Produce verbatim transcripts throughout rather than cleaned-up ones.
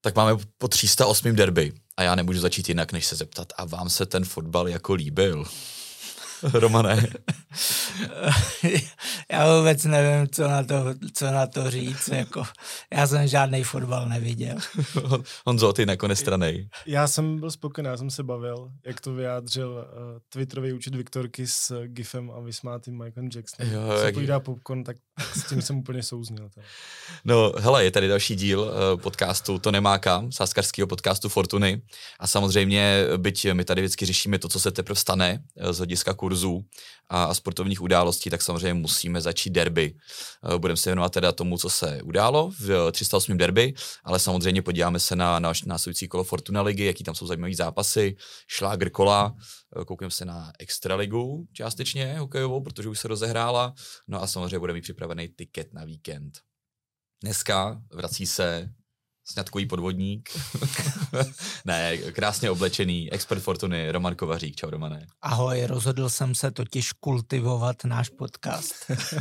Tak máme po tři sta osm derby a já nemůžu začít jinak, než se zeptat. A vám se ten fotbal jako líbil? Romane? Já vůbec nevím, co na to, co na to říct. Jako, já jsem žádný fotbal neviděl. Honzo, ty jako nestranej. Já jsem byl spokojený, já jsem se bavil, jak to vyjádřil uh, twitterový účet Viktorky s gifem a vysmátým Michaelem Jacksonem. Jo, co jak... pojídá popcorn, tak s tím jsem úplně souznil. Tady. No hele, je tady další díl uh, podcastu To nemá kam, sázkařského podcastu Fortuny. A samozřejmě, byť my tady vždycky řešíme to, co se teprve stane z hlediska kurzů a, a sportovních událostí, tak samozřejmě musíme začít derby. Uh, budeme se věnovat teda tomu, co se událo v tři sta osm derby, ale samozřejmě podíváme se na náš následující kolo Fortuna ligy, jaký tam jsou zajímavý zápasy, šlágr kola, koukneme se na extraligu částečně hokejovou, protože už se rozehrála, no a samozřejmě bude mít připravený tiket na víkend. Dneska vrací se sňatkový podvodník, ne, krásně oblečený expert Fortuny Roman Kovařík. Čau, Romane. Ahoj, rozhodl jsem se totiž kultivovat náš podcast.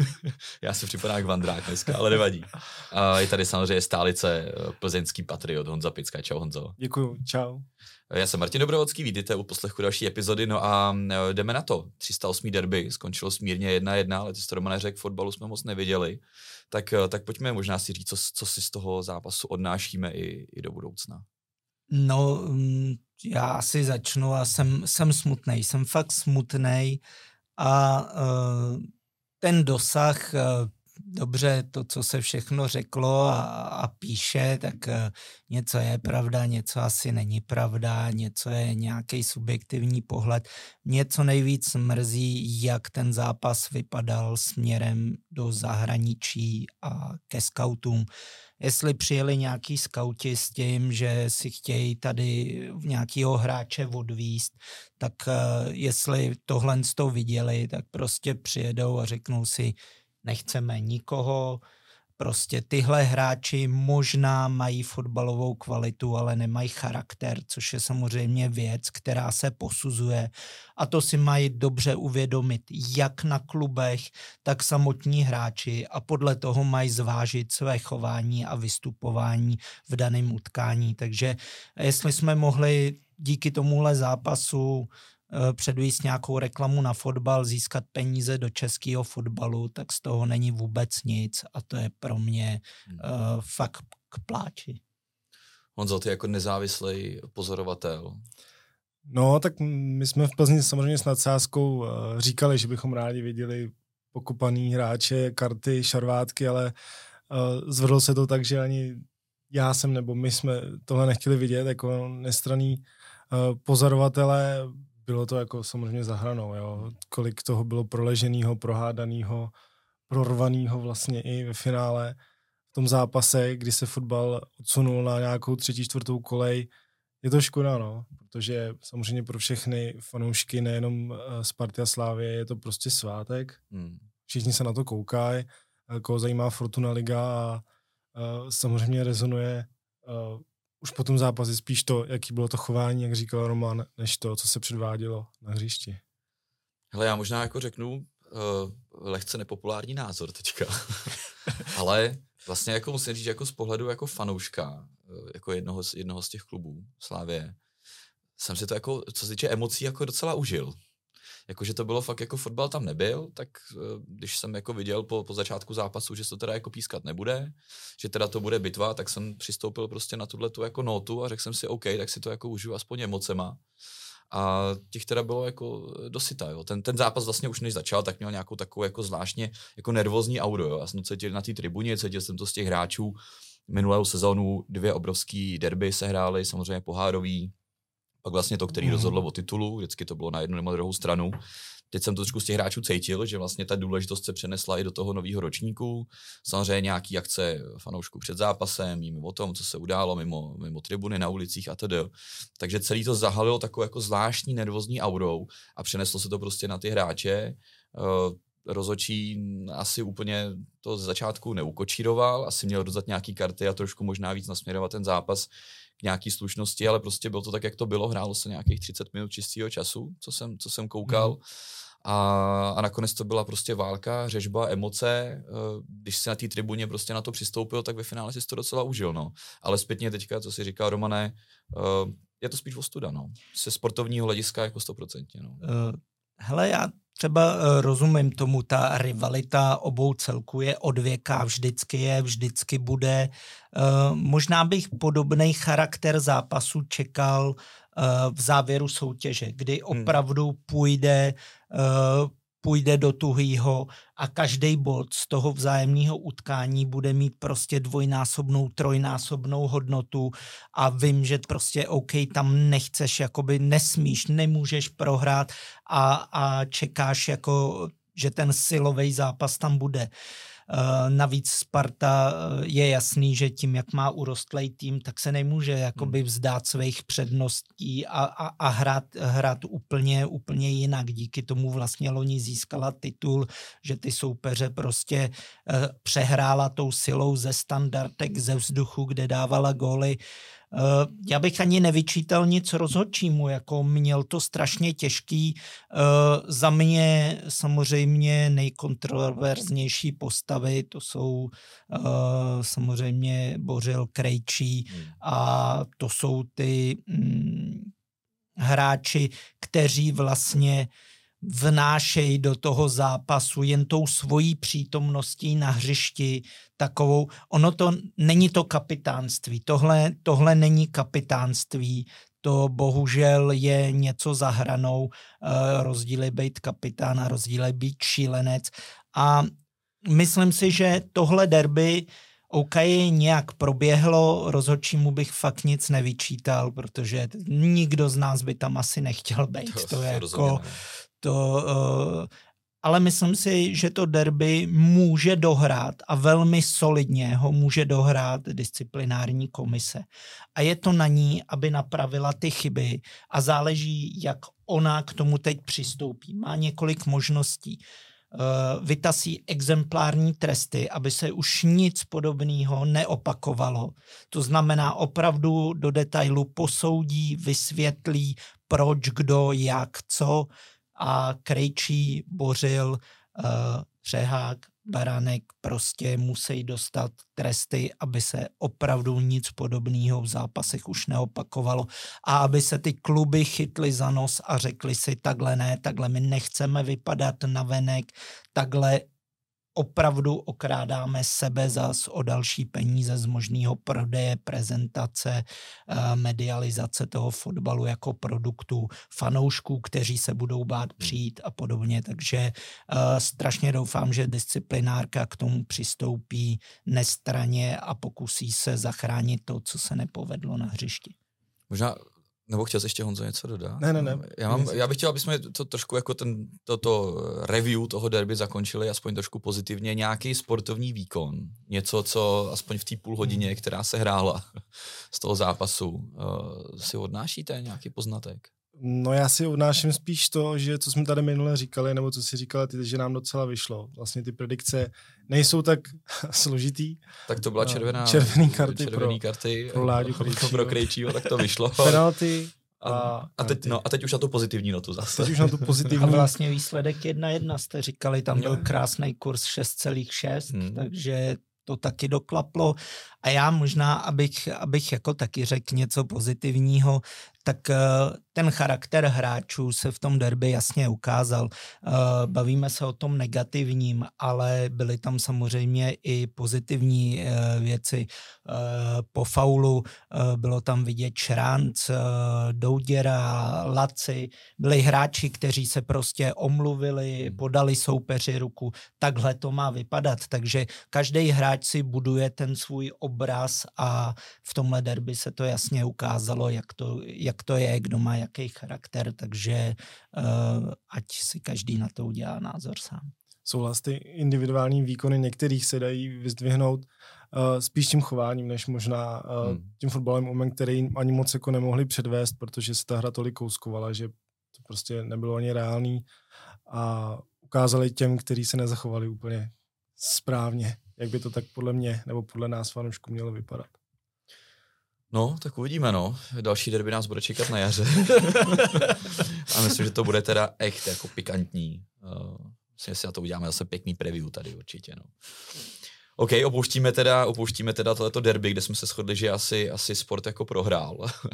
Já si připadám jak Vandrák dneska, ale nevadí. A je tady samozřejmě stálice plzeňský patriot Honza Picka. Čau, Honzo. Děkuju, čau. Já jsem Martin Dobrovodský, vítejte u poslechu další epizody, no a jdeme na to. tři sta osm derby, skončilo smírně jedna jedna, ale ty jsi to, Romane, řekl, fotbalu jsme moc neviděli. Tak, tak pojďme možná si říct, co, co si z toho zápasu odnášíme i, i do budoucna. No, já asi začnu a jsem, jsem smutnej, jsem fakt smutnej a uh, ten dosah, uh, dobře, to, co se všechno řeklo a, a píše, tak uh, něco je pravda, něco asi není pravda, něco je nějaký subjektivní pohled. Mě co nejvíc mrzí, jak ten zápas vypadal směrem do zahraničí a ke skautům. Jestli přijeli nějaký skauti s tím, že si chtějí tady nějakého hráče odvízt, tak uh, jestli tohle z toho viděli, tak prostě přijedou a řeknou si, nechceme nikoho, prostě tyhle hráči možná mají fotbalovou kvalitu, ale nemají charakter, což je samozřejmě věc, která se posuzuje a to si mají dobře uvědomit jak na klubech, tak samotní hráči a podle toho mají zvážit své chování a vystupování v daném utkání. Takže jestli jsme mohli díky tomuhle zápasu předvíst nějakou reklamu na fotbal, získat peníze do českého fotbalu, tak z toho není vůbec nic a to je pro mě hmm. uh, fakt k pláči. Honzo, ty jako nezávislý pozorovatel. No, tak my jsme v Plzni samozřejmě s nadsázkou uh, říkali, že bychom rádi viděli pokupaný hráče, karty, šarvátky, ale uh, zvrhlo se to tak, že ani já jsem nebo my jsme tohle nechtěli vidět jako nestranný uh, pozorovatelé. Bylo to jako samozřejmě za hranou, jo. Kolik toho bylo proleženýho, prohádanýho, prorvanýho vlastně i ve finále. V tom zápase, kdy se fotbal odsunul na nějakou třetí, čtvrtou kolej, je to škoda, no, protože samozřejmě pro všechny fanoušky, nejenom Sparty a Slávie, je to prostě svátek. Hmm. Všichni se na to koukají, koho zajímá Fortuna liga a, a samozřejmě rezonuje a, už po tom zápase spíš to, jaký bylo to chování, jak říkal Roman, než to, co se předvádělo na hřišti. Hele, já možná jako řeknu uh, lehce nepopulární názor teďka, ale vlastně jako musím říct, jako z pohledu jako fanouška, uh, jako jednoho, jednoho z těch klubů Slávie, jsem si to jako, co se týče emocí, jako docela užil. Jakože to bylo fakt, jako fotbal tam nebyl, tak když jsem jako viděl po, po začátku zápasu, že se to teda jako pískat nebude, že teda to bude bitva, tak jsem přistoupil prostě na tuhletu jako notu a řekl jsem si OK, tak si to jako užiju aspoň emocema. A těch teda bylo jako dosyta, jo. Ten, ten zápas vlastně už než začal, tak měl nějakou takovou jako zvláštně jako nervózní auru, jo. Já jsem cítil na té tribuně, cítil jsem to z těch hráčů. Minulou sezónu dvě obrovský derby se hrály, samozřejmě pohárový, pak vlastně to, který mm. rozhodlo o titulu, vždycky to bylo na jednu nebo druhou stranu. Teď jsem to trošku z těch hráčů cítil, že vlastně ta důležitost se přenesla i do toho nového ročníku. Samozřejmě nějaký akce fanoušků před zápasem, mimo o tom, co se událo mimo, mimo tribuny na ulicích a tedy. Takže celý to zahalilo takovou jako zvláštní nervózní aurou a přeneslo se to prostě na ty hráče. Rozhodčí asi úplně to z začátku neukočíroval, asi měl rozdat nějaký karty a trošku možná víc nasměrovat ten zápas k nějaký slušnosti, ale prostě bylo to tak, jak to bylo, hrálo se nějakých třicet minut čistého času, co jsem, co jsem koukal. Hmm. A, a nakonec to byla prostě válka, řežba, emoce. Když si na té tribuně prostě na to přistoupil, tak ve finále si to docela užil. No. Ale zpětně teďka, co si říkal Romane, je to spíš ostuda. No. Se sportovního hlediska jako stoprocentně. No. Uh, hele, já třeba uh, rozumím tomu, ta rivalita obou celků je od věka, vždycky je, vždycky bude. Uh, možná bych podobný charakter zápasu čekal uh, v závěru soutěže, kdy opravdu půjde uh, půjde do tuhýho a každý bod z toho vzájemného utkání bude mít prostě dvojnásobnou, trojnásobnou hodnotu a vím, že prostě OK, tam nechceš, jakoby nesmíš, nemůžeš prohrát a, a čekáš jako, že ten silový zápas tam bude. Uh, navíc Sparta je jasný, že tím, jak má urostlej tým, tak se nemůže jakoby vzdát svých předností a, a, a hrát, hrát úplně, úplně jinak. Díky tomu vlastně loni získala titul, že ty soupeře prostě uh, přehrála tou silou ze standardek, ze vzduchu, kde dávala góly. Uh, já bych ani nevyčítal nic rozhodčímu, jako měl to strašně těžký. Uh, za mě samozřejmě nejkontroverznější postavy, to jsou uh, samozřejmě Bořil, Krejčí hmm. a to jsou ty mm, hráči, kteří vlastně vnášejí do toho zápasu jen tou svojí přítomností na hřišti takovou, ono to není to kapitánství, tohle, tohle není kapitánství, to bohužel je něco za hranou, uh, rozdíl je být kapitán a rozdíl je být šílenec a myslím si, že tohle derby OK, nějak proběhlo, rozhodčímu bych fakt nic nevyčítal, protože nikdo z nás by tam asi nechtěl být, to, to je jako to, uh, ale myslím si, že to derby může dohrát a velmi solidně ho může dohrát disciplinární komise. A je to na ní, aby napravila ty chyby a záleží, jak ona k tomu teď přistoupí. Má několik možností. Uh, vytasí exemplární tresty, aby se už nic podobného neopakovalo. To znamená opravdu do detailu posoudí, vysvětlí, proč, kdo, jak, co, a Krejčí, Bořil, uh, Řehák, Baranek prostě musí dostat tresty, aby se opravdu nic podobného v zápasech už neopakovalo a aby se ty kluby chytly za nos a řekli si takhle ne, takhle my nechceme vypadat navenek, takhle opravdu okrádáme sebe zas o další peníze z možného prodeje, prezentace, medializace toho fotbalu jako produktu, fanoušků, kteří se budou bát přijít a podobně. Takže uh, strašně doufám, že disciplinárka k tomu přistoupí nestranně a pokusí se zachránit to, co se nepovedlo na hřišti. Možná nebo chtěl jsi ještě, Honzo, něco dodat? Ne, ne, ne. Já, mám, já bych chtěl, aby jsme to trošku jako ten, toto review toho derby zakončili aspoň trošku pozitivně. Nějaký sportovní výkon, něco, co aspoň v té půl hodině, která se hrála z toho zápasu, uh, si odnášíte nějaký poznatek? No já si odnáším spíš to, že co jsme tady minule říkali, nebo co si říkala ty, že nám docela vyšlo. Vlastně ty predikce nejsou tak složitý. Tak to byla červená, červený karty červený pro, karty pro Láďu Krejčího. Pro Krejčího, tak to vyšlo. Penalty a, a, teď, no, a teď už na tu pozitivní notu zase. Teď už na tu pozitivní. A vlastně výsledek jedna jedna jste říkali, tam byl krásný kurz šest celá šest, hmm. takže to taky doklaplo. A já možná, abych, abych jako taky řekl něco pozitivního, tak ten charakter hráčů se v tom derby jasně ukázal. Bavíme se o tom negativním, ale byly tam samozřejmě i pozitivní věci. Po faulu bylo tam vidět Šranc, Douděra, Laci. Byli hráči, kteří se prostě omluvili, podali soupeři ruku. Takhle to má vypadat. Takže každý hráč si buduje ten svůj obraz a v tomhle derby se to jasně ukázalo, jak to, jak to je, kdo má jaký charakter, takže uh, ať si každý na to udělá názor sám. Souhlas, ty individuální výkony některých se dají vyzdvihnout uh, spíš tím chováním, než možná uh, hmm. tím fotbalovým umem, který ani moc jako nemohli předvést, protože se ta hra tolik kouskovala, že to prostě nebylo ani reálný a ukázali těm, kteří se nezachovali úplně správně, jak by to tak podle mě nebo podle nás fanoušků mělo vypadat. No, tak uvidíme, no. Další derby nás bude čekat na jaře. A myslím, že to bude teda echt jako pikantní. Uh, myslím, že si na to uděláme zase pěkný preview tady určitě, no. OK, opouštíme teda, opouštíme teda tohleto derby, kde jsme se shodli, že asi, asi sport jako prohrál.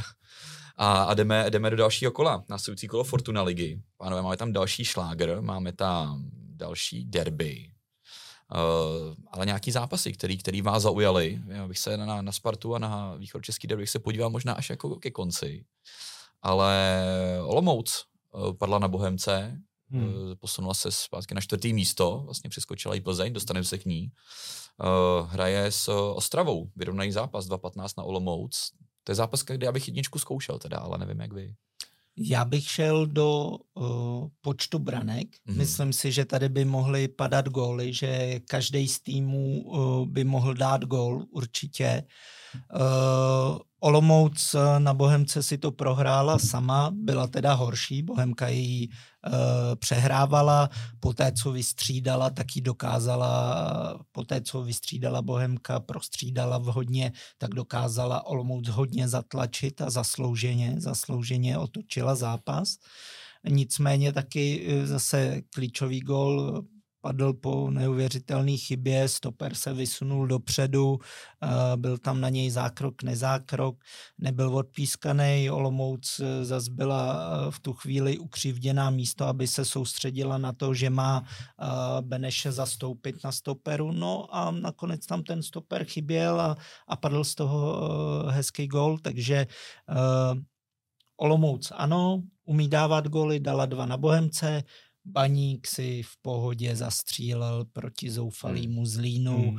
a a jdeme, jdeme do dalšího kola. Následující kolo Fortuna ligy. Pánové, máme tam další šlágr, máme tam další derby. Uh, ale nějaký zápasy, který, který vás zaujaly. Já bych se na, na Spartu a na východočeský derby bych se podíval možná až jako ke konci. Ale Olomouc uh, padla na Bohemce, hmm. uh, posunula se zpátky na čtvrtý místo, vlastně přeskočila i Plzeň, dostaneme se k ní. Uh, hraje s Ostravou, vyrovnaný zápas dva patnáct na Olomouc. To je zápas, kde já bych jedničku zkoušel teda, ale nevím, jak vy. Já bych šel do uh, počtu branek. Mm-hmm. Myslím si, že tady by mohly padat góly, že každý z týmů uh, by mohl dát gól určitě. Uh, Olomouc na Bohemce si to prohrála sama, byla teda horší, Bohemka ji uh, přehrávala, poté, co vystřídala, tak ji dokázala, poté, co vystřídala Bohemka, prostřídala vhodně, tak dokázala Olomouc hodně zatlačit a zaslouženě, zaslouženě otočila zápas. Nicméně taky zase klíčový gól padl po neuvěřitelné chybě, stoper se vysunul dopředu, byl tam na něj zákrok, nezákrok, nebyl odpískaný, Olomouc zase byla v tu chvíli ukřivděná místo, aby se soustředila na to, že má Beneše zastoupit na stoperu, no a nakonec tam ten stoper chyběl a, a padl z toho hezký gól, takže Olomouc ano, umí dávat góly, dala dva na Bohemce, Baník si v pohodě zastřílel proti zoufalýmu Zlínu. Hmm. Uh,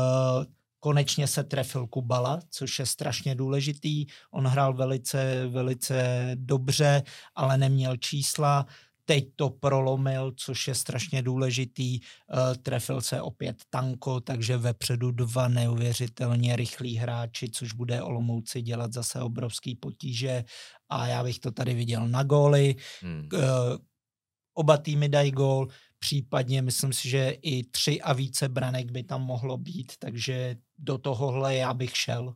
konečně se trefil Kubala, což je strašně důležitý. On hrál velice, velice dobře, ale neměl čísla. Teď to prolomil, což je strašně důležitý. Uh, trefil se opět Tanko, takže vepředu dva neuvěřitelně rychlí hráči, což bude Olomouci dělat zase obrovský potíže. A já bych to tady viděl na góly. Hmm. Uh, Oba týmy dají gól, případně myslím si, že i tři a více branek by tam mohlo být, takže do tohohle já bych šel.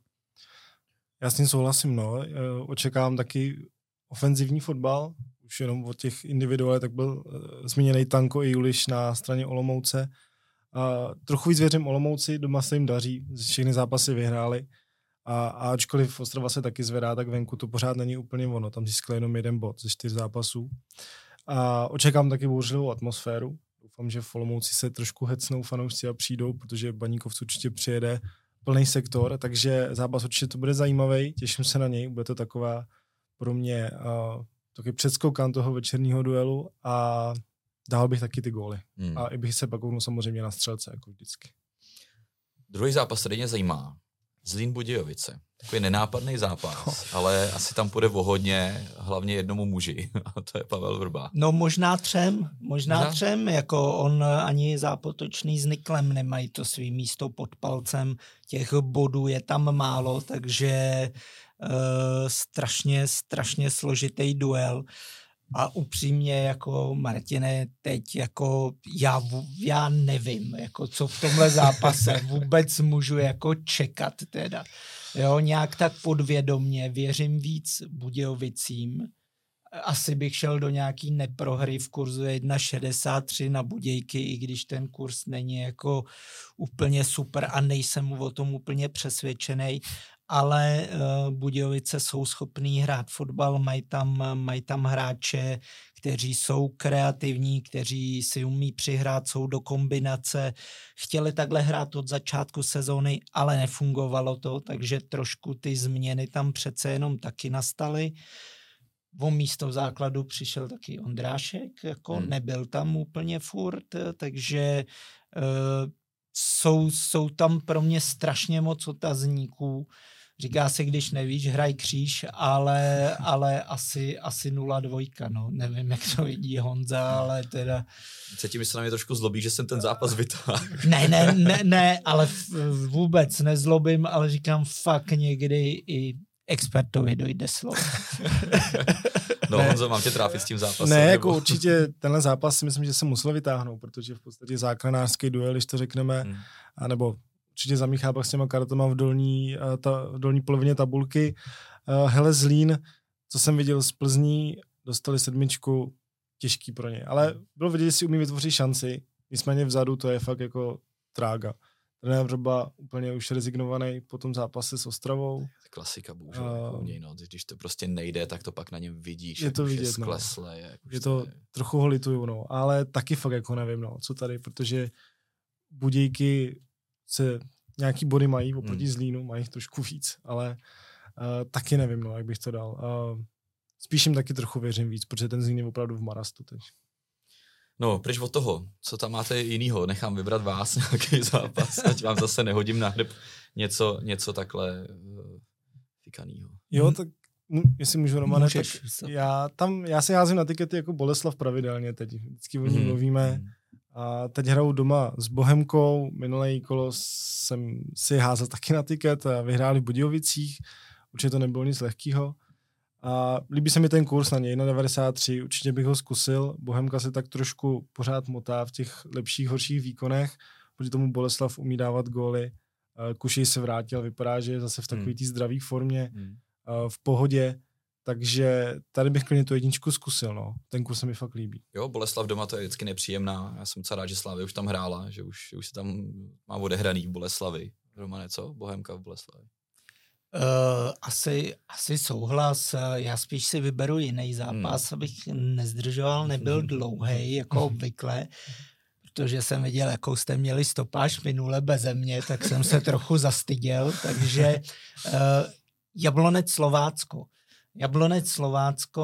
Já s tím souhlasím, no. Očekávám taky ofenzivní fotbal, už jenom od těch individuálů, tak byl zmíněný Tanko i Juliš na straně Olomouce. A trochu víc věřím Olomouci, doma se jim daří, všechny zápasy vyhráli. A, a ačkoliv Ostrava se taky zvedá, tak venku to pořád není úplně ono, tam získali jenom jeden bod ze čtyř zápasů. A očekám taky bouřlivou atmosféru. Doufám, že v Olomouci se trošku hecnou fanoušci a přijdou, protože Baníkovců určitě přijede plný sektor, takže zápas určitě to bude zajímavý, těším se na něj, bude to taková pro mě uh, taky předskokan toho večerního duelu a dál bych taky ty góly. Hmm. A i bych se pak kouknul samozřejmě na střelce, jako vždycky. Druhý zápas tady mě zajímá. Zlín Budějovice. Takový nenápadný zápas, ale asi tam půjde o hodně, hlavně jednomu muži, a to je Pavel Vrba. No možná třem, možná, možná třem, jako on ani Zápotočný s Niklem nemají to svý místo pod palcem, těch bodů je tam málo, takže uh, strašně, strašně složitý duel. A upřímně, jako Martine, teď jako já, já nevím, jako co v tomhle zápase vůbec můžu jako čekat teda. Jo, nějak tak podvědomně věřím víc Budějovicím. Asi bych šel do nějaký neprohry v kurzu jedna šedesát tři na Budějky, i když ten kurz není jako úplně super a nejsem o tom úplně přesvědčený, ale uh, Budějovice jsou schopní hrát fotbal, mají tam, mají tam hráče, kteří jsou kreativní, kteří si umí přihrát, jsou do kombinace. Chtěli takhle hrát od začátku sezóny, ale nefungovalo to, takže trošku ty změny tam přece jenom taky nastaly. O místo v základu přišel taky Ondrášek, jako hmm. nebyl tam úplně furt, takže uh, jsou, jsou tam pro mě strašně moc otazníků. Říká se, když nevíš, hraj kříž, ale, ale asi, asi nula dvojka, no. Nevím, jak to vidí Honza, ale teda... Cítím, že se na mě trošku zlobí, že jsem ten zápas vytáhl. Ne, ne, ne, ne, ale vůbec nezlobím, ale říkám fakt někdy i expertovi dojde slovo. No ne. Honzo, mám tě trápit s tím zápasem. Ne, nebo... jako určitě tenhle zápas si myslím, že se musel vytáhnout, protože v podstatě záchranářský duel, když to řekneme, hmm. anebo určitě zamíchá pak s těma kartama v dolní, ta, v dolní polovině tabulky. Hele, Zlín, co jsem viděl z Plzní, dostali sedmičku, těžký pro ně. Ale bylo vidět, že si umí vytvořit šanci, nicméně vzadu to je fakt jako trága. Trenér Vrba úplně už rezignovaný po tom zápase s Ostravou. Klasika, bohužel. Uh, něj, no. Když to prostě nejde, tak to pak na něm vidíš. Je to vidět, je skleslé, no. Jak je to, je... trochu ho lituju, no. Ale taky fakt jako nevím, no, co tady, protože Budějky se nějaký body mají oproti hmm. Zlínu, mají trošku víc, ale uh, taky nevím, no, jak bych to dal. Uh, spíš jim taky trochu věřím víc, protože ten Zlín je opravdu v marastu teď. No, pryč od toho, co tam máte jinýho, nechám vybrat vás nějaký zápas, ať vám zase nehodím na hrb něco, něco takhle uh, fikanýho. Jo, tak no, jestli můžu, Romane, tak já, tam, já si házím na tikety jako Boleslav pravidelně teď, vždycky o ní mm. mluvíme a teď hraju doma s Bohemkou, minulé kolo jsem si házel taky na tiket a vyhráli v Budějovicích, určitě to nebylo nic lehkýho. A líbí se mi ten kurz na něj, na devadesát tři, určitě bych ho zkusil. Bohemka se tak trošku pořád motá v těch lepších, horších výkonech, protože tomu Boleslav umí dávat góly. Kušej se vrátil, vypadá, že je zase v takové té zdravé formě, hmm. v pohodě, takže tady bych klidně tu jedničku zkusil, no. Ten kurz se mi fakt líbí. Jo, Boleslav doma to je vždycky nepříjemná, já jsem docela rád, že Slavia už tam hrála, že už, už se tam má odehraný v Boleslavi. Romane, co? Bohemka v Boleslavi. Uh, asi, asi souhlas, já spíš si vyberu jiný zápas, hmm. abych nezdržoval, nebyl dlouhej, jako obvykle, protože jsem viděl, jakou jste měli stopáž minule beze mě, tak jsem se trochu zastyděl, takže uh, Jablonec Slovácko. Jablonec Slovácko,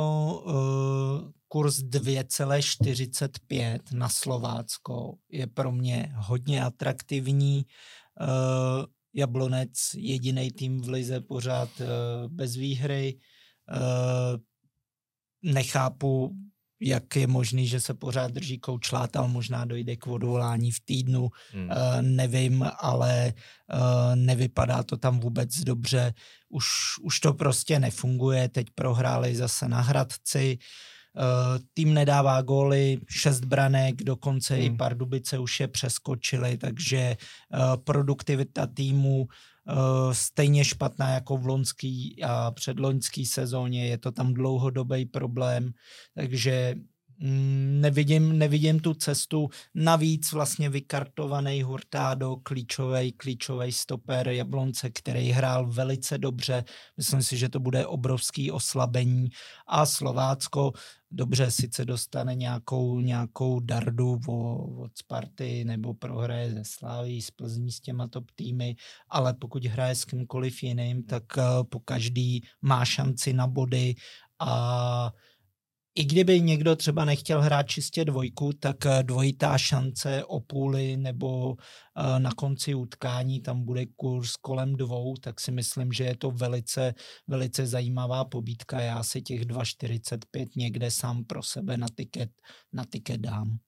uh, kurz dvě celá čtyřicet pět na Slovácko je pro mě hodně atraktivní. Uh, Jablonec, jediný tým v lize pořád uh, bez výhry. Uh, nechápu, jak je možný, že se pořád drží kouč Látal, možná dojde k odvolání v týdnu, hmm. uh, nevím, ale uh, nevypadá to tam vůbec dobře. Už, už to prostě nefunguje, teď prohráli zase na Hradci. Uh, tým nedává góly, šest branek, dokonce hmm. i Pardubice už je přeskočili, takže uh, produktivita týmu uh, stejně špatná jako v loňský a předloňský sezóně, je to tam dlouhodobý problém, takže mm, nevidím, nevidím tu cestu. Navíc vlastně vykartovaný Hurtado, klíčový, klíčový stoper Jablonce, který hrál velice dobře. Myslím si, že to bude obrovský oslabení. A Slovácko dobře, sice dostane nějakou, nějakou dardu o, od Sparty nebo prohraje ze Sláví, z Plzní s těma top týmy, ale pokud hraje s kýmkoliv jiným, tak uh, po každý má šanci na body a i kdyby někdo třeba nechtěl hrát čistě dvojku, tak dvojitá šance o půli nebo uh, na konci utkání, tam bude kurz kolem dvou, tak si myslím, že je to velice, velice zajímavá pobídka. Já si těch dva čtyřicet pět někde sám pro sebe na tiket, na tiket dám.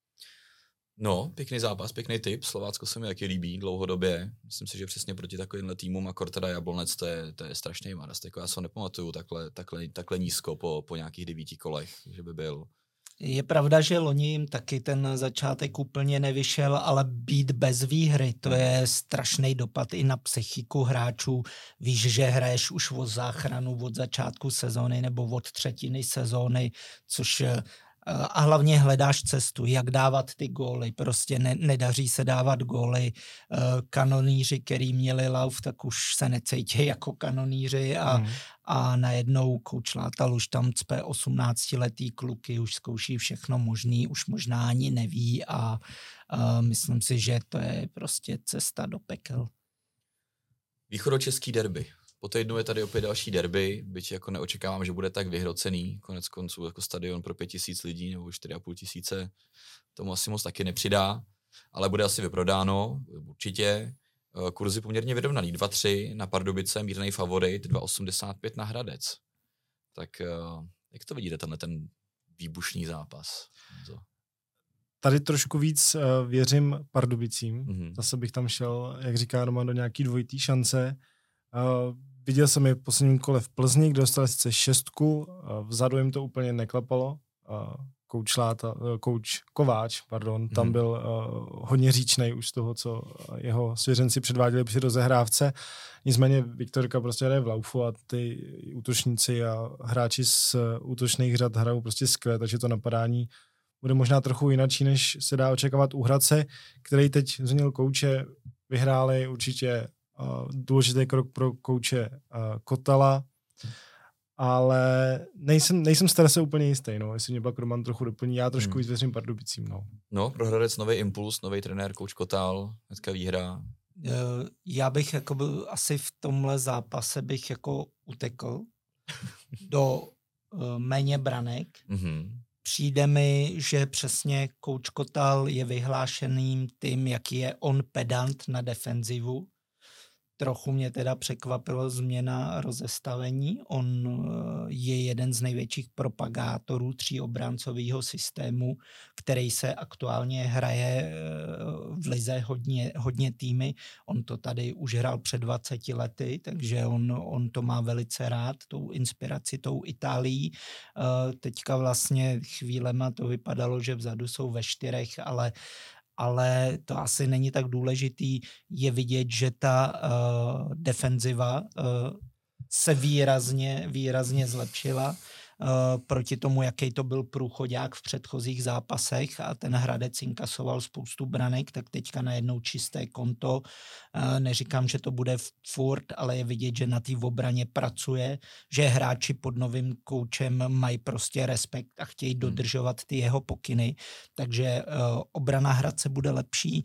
No, pěkný zápas, pěkný tip. Slovácko se mi taky líbí dlouhodobě. Myslím si, že přesně proti takovýmhle týmům, akor teda Jablonec, to je, to je strašný marast. Jako já se ho nepamatuju takhle, takhle, takhle nízko po, po nějakých devíti kolech, že by byl. Je pravda, že loni jim taky ten začátek úplně nevyšel, ale být bez výhry, to je strašný dopad i na psychiku hráčů. Víš, že hraješ už o záchranu od začátku sezóny nebo od třetiny sezóny, což a hlavně hledáš cestu, jak dávat ty góly. Prostě ne, nedaří se dávat góly. Kanoníři, který měli lauf, tak už se necítí jako kanoníři a, hmm. a najednou kouč Látal už tam cpe osmnáctiletý kluky, už zkouší všechno možný, už možná ani neví a, a myslím si, že to je prostě cesta do pekel. Východočeský derby. Po týdnu je tady opět další derby, byť jako neočekávám, že bude tak vyhrocený. Konec konců jako stadion pro pět tisíc lidí nebo čtyři a půl tisíce, tomu asi moc taky nepřidá, ale bude asi vyprodáno, určitě. Kurzy poměrně vyrovnaný, dva tři na Pardubice, mírnej favorit, dva osmdesát pět na Hradec. Tak jak to vidíte, tenhle ten výbušný zápas? Co? Tady trošku víc uh, věřím Pardubicím. Mm-hmm. Zase bych tam šel, jak říká Roman, do nějaký dvojitý šance. Uh, viděl jsem je v posledním kole v Plzni, kde dostali sice šestku, uh, vzadu jim to úplně neklapalo. Uh, kouč Láta, kouč Kováč, pardon, tam hmm. byl uh, hodně říčnej už z toho, co jeho svěřenci předváděli při rozehrávce. Nicméně Viktorka prostě hraje v laufu a ty útočníci a hráči z útočných řad hrajou prostě skvěle, takže to napadání bude možná trochu jinačí, než se dá očekávat u Hradce, který teď změnil kouče, vyhráli určitě uh, důležitý krok pro kouče uh, Kotala, ale nejsem, nejsem staré se úplně jistý, no, jestli mě pak Roman trochu doplní, já trošku víc hmm. věřím Pardubicím, no. No, pro Hradec nový impuls, nový trenér, kouč Kotal, hnedka výhra. Já bych jako byl, asi v tomhle zápase bych jako utekl do uh, méně branek. Mm-hmm. Přijde mi, že přesně kouč Kotal je vyhlášeným tím, jaký je on pedant na defenzivu. Trochu mě teda překvapilo změna rozestavení. On je jeden z největších propagátorů tříobráncového systému, který se aktuálně hraje v lize hodně, hodně týmy. On to tady už hrál před dvaceti lety, takže on, on to má velice rád, tou inspiraci, tou Itálií. Teďka vlastně chvílema to vypadalo, že vzadu jsou ve čtyřech, ale ale to asi není tak důležitý. Je vidět, že ta uh, defenziva uh, se výrazně, výrazně zlepšila uh, proti tomu, jaký to byl průchodák v předchozích zápasech a ten Hradec inkasoval spoustu branek, tak teďka najednou čisté konto. Uh, neříkám, že to bude furt, ale je vidět, že na té obraně pracuje, že hráči pod novým koučem mají prostě respekt a chtějí dodržovat ty jeho pokyny, takže uh, obrana Hradce bude lepší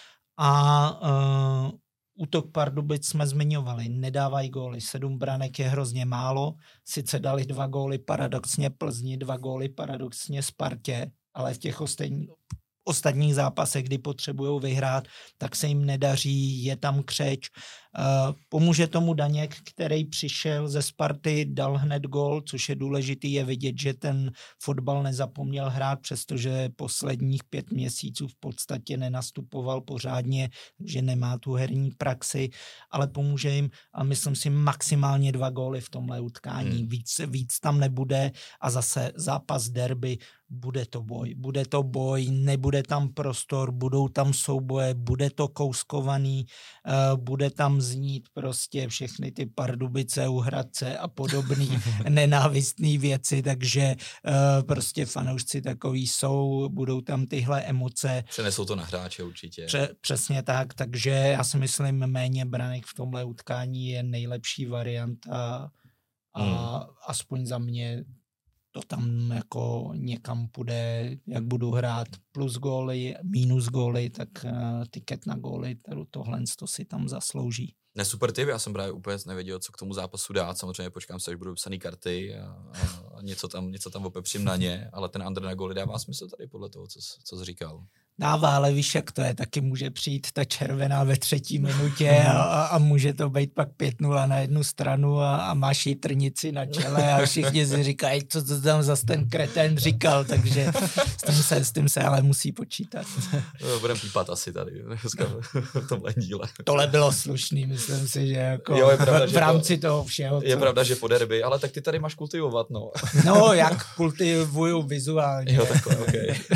a uh, útok Pardubic jsme zmiňovali, nedávají góly, sedm branek je hrozně málo, sice dali dva góly paradoxně Plzni, dva góly paradoxně Spartě, ale v těch ostatních, ostatních zápasech, kdy potřebují vyhrát, tak se jim nedaří, je tam křeč. Uh, pomůže tomu Daněk, který přišel ze Sparty, dal hned gól, což je důležitý, je vidět, že ten fotbal nezapomněl hrát, přestože posledních pět měsíců v podstatě nenastupoval pořádně, že nemá tu herní praxi, ale pomůže jim a myslím si maximálně dva góly v tomhle utkání. Hmm. Víc, víc tam nebude a zase zápas derby, bude to boj. Bude to boj, nebude tam prostor, budou tam souboje, bude to kouskovaný, uh, bude tam znít prostě všechny ty Pardubice u Hradce a podobný nenávistný věci, takže uh, prostě fanoušci takový jsou, budou tam tyhle emoce. Přenesou to na hráče určitě. Pře- přesně tak, takže já si myslím, méně branek v tomhle utkání je nejlepší varianta a hmm. aspoň za mě to tam jako někam půjde, jak budu hrát plus góly, minus góly, tak uh, tiket na góly, tohle to si tam zaslouží. Ne, super tip, já jsem právě úplně nevěděl, co k tomu zápasu dát, samozřejmě počkám se, až budou psaný karty a, a něco tam, něco tam opepřím na ně, ale ten under na góly dává smysl tady podle toho, co, co jsi říkal. Dává, ale víš, jak to je, taky může přijít ta červená ve třetí minutě a, a může to být pak pět nula na jednu stranu a, a máš jí trnici na čele a všichni si říkají, co to tam zase ten kretén říkal, takže s tím se, s tím se ale musí počítat. No, budeme pípat asi tady v tomhle díle. Tohle bylo slušný, myslím si, že jako jo, je pravda, v, že v rámci to, toho všeho. Je co... pravda, že po derby, ale tak ty tady máš kultivovat, no. No, jak kultivuju vizuálně. Jo, takhle, okej. Okay.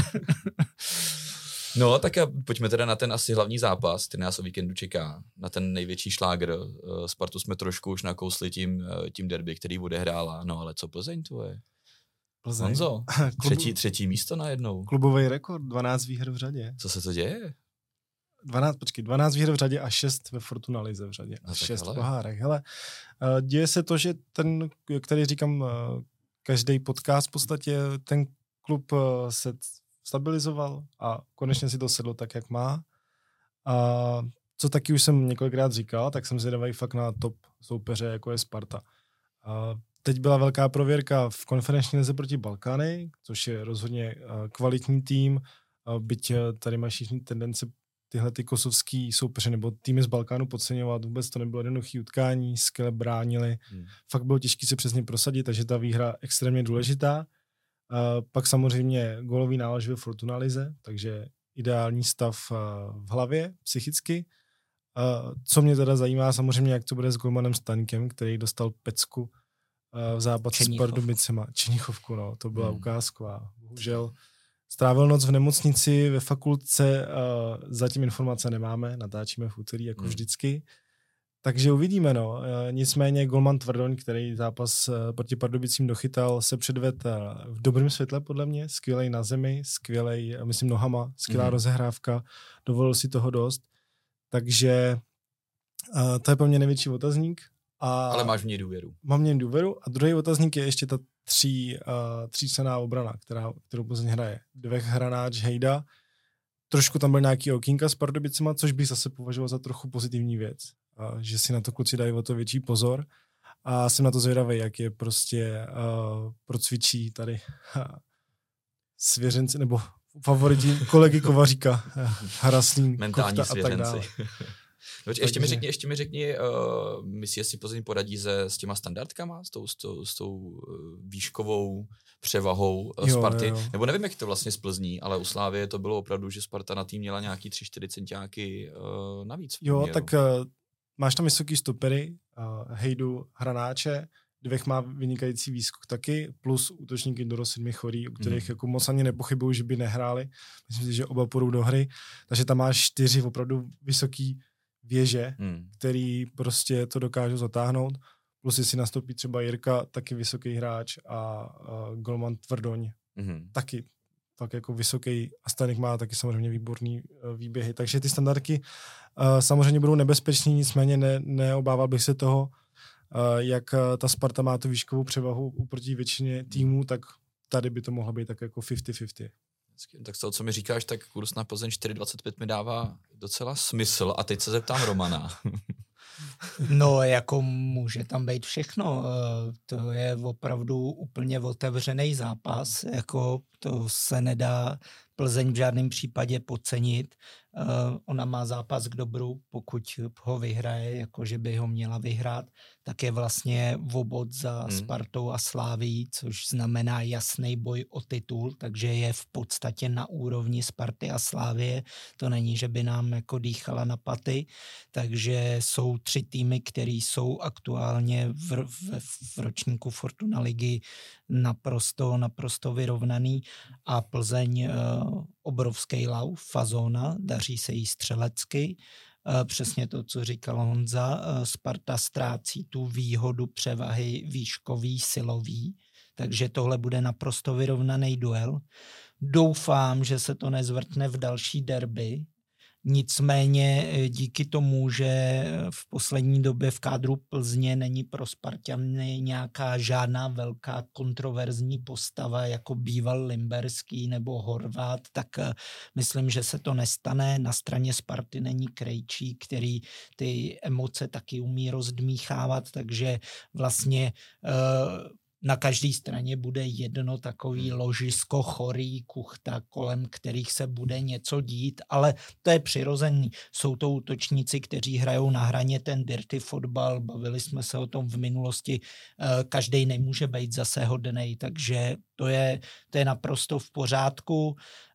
No, tak a pojďme teda na ten asi hlavní zápas, který nás o víkendu čeká, na ten největší šlágr. Spartu jsme trošku už nakousli tím, tím derby, který odehrála, no ale co Plzeň tvoje? Plzeň. Honzo, třetí, třetí místo najednou. Klubový rekord, dvanáct výher v řadě. Co se to děje? dvanáct, počkej, dvanáct výher v řadě a šest ve Fortuna lize v řadě. A šest v pohárech. Hele, děje se to, že ten, který říkám, každý podcast v podstatě, ten klub se stabilizoval a konečně si to sedlo tak, jak má. A co taky už jsem několikrát říkal, tak jsem zvědavý fakt na top soupeře, jako je Sparta. A teď byla velká prověrka v konferenční lize proti Balkány, což je rozhodně kvalitní tým, byť tady mají všichni tendence tyhle ty kosovský soupeře nebo týmy z Balkánu podceňovat. Vůbec to nebylo jednoduché utkání, skvěle bránili. Hmm. Fakt bylo těžké se přesně prosadit, takže ta výhra extrémně důležitá. Uh, pak samozřejmě gólový nálež ve Fortuna lize, takže ideální stav uh, v hlavě, psychicky. Uh, co mě teda zajímá samozřejmě, jak to bude s golmanem Staňkem, který dostal pecku v zápase s Pardubicema. Čenichovku, no, to byla hmm. ukázková. Bohužel strávil noc v nemocnici, ve fakultce, uh, zatím informace nemáme, natáčíme v úterý jako hmm. vždycky. Takže uvidíme, no. Uh, nicméně golman Tvrdoň, který zápas uh, proti Pardubicím dochytal, se předvedl uh, v dobrém světle podle mě, skvělej na zemi, skvělej, uh, myslím, nohama, skvělá hmm. rozehrávka, dovolil si toho dost. Takže uh, to je pro mě největší otazník. A ale máš v něj důvěru. Mám v něj důvěru a druhý otazník je ještě ta tří, uh, tříčlenná obrana, která, kterou Plzeň hraje. Dvech Hranáč, Hejda. Trošku tam byl nějaký okýnka s Pardubicema, což bych zase považoval za trochu pozitivní věc. Uh, že si na to kluci dají o to větší pozor. A jsem na to zvědavý, jak je prostě uh, procvičí tady uh, svěřenci, nebo favoriti kolegy Kovaříka, uh, Haraslín, mentální Kuchta a tak dále. Doč, ještě, mi řekni, ještě mi řekni, uh, myslíš, jestli Plzeň poradí se, s těma standardkama, s tou, s tou, s tou uh, výškovou převahou uh, jo, Sparty? Jo, jo. Nebo nevím, jak to vlastně z Plzní, ale u Slávie to bylo opravdu, že Sparta na tým měla nějaký tři čtyři centiáky uh, navíc. Jo, měru. tak uh, máš tam vysoký stopery, uh, Hejdu, Hranáče, Dvech má vynikající výskok taky, plus útočníky do sedmi chorý, u kterých hmm. jako moc ani nepochybuju, že by nehráli. Myslím si, že oba půjdou do hry. Takže tam máš čtyři opravdu vysoký věže, hmm. který prostě to dokážou zatáhnout. Plus jestli nastoupí třeba Jirka, taky vysoký hráč a, a golman Tvrdoň, hmm. taky tak jako vysoký a Staněk má taky samozřejmě výborný uh, výběhy. Takže ty standardky uh, samozřejmě budou nebezpečný, nicméně ne, neobával bych se toho, uh, jak uh, ta Sparta má tu výškovou převahu oproti většině týmů, tak tady by to mohlo být tak jako padesát na padesát. Tak z toho, co mi říkáš, tak kurz na Plzeň čtyři dvacet pět mi dává docela smysl. A teď se zeptám Romana. No, jako může tam být všechno. To je opravdu úplně otevřený zápas. Jako to se nedá Plzeň v žádném případě podcenit. Ona má zápas k dobru, pokud ho vyhraje, jakože by ho měla vyhrát, tak je vlastně obod za hmm. Spartou a Slávií, což znamená jasný boj o titul, takže je v podstatě na úrovni Sparty a Slávie. To není, že by nám jako dýchala na paty, takže jsou tři týmy, které jsou aktuálně v, v, v ročníku Fortuna ligy naprosto, naprosto vyrovnaný a Plzeň uh, obrovský lauf, fazóna, daří se jí střelecky. Uh, přesně to, co říkal Honza, uh, Sparta ztrácí tu výhodu převahy výškový, silový, takže tohle bude naprosto vyrovnaný duel. Doufám, že se to nezvrtne v další derby. Nicméně díky tomu, že v poslední době v kádru Plzně není pro Sparťany nějaká žádná velká kontroverzní postava, jako býval Limberský nebo Horvát, tak myslím, že se to nestane. Na straně Sparty není Krejčí, který ty emoce taky umí rozdmíchávat, takže vlastně uh, na každé straně bude jedno takový ložisko chorý, Kuchta, kolem kterých se bude něco dít, ale to je přirozený. Jsou to útočníci, kteří hrajou na hraně ten dirty fotbal, bavili jsme se o tom v minulosti, každý nemůže být zase hodnej, takže to je, to je naprosto v pořádku.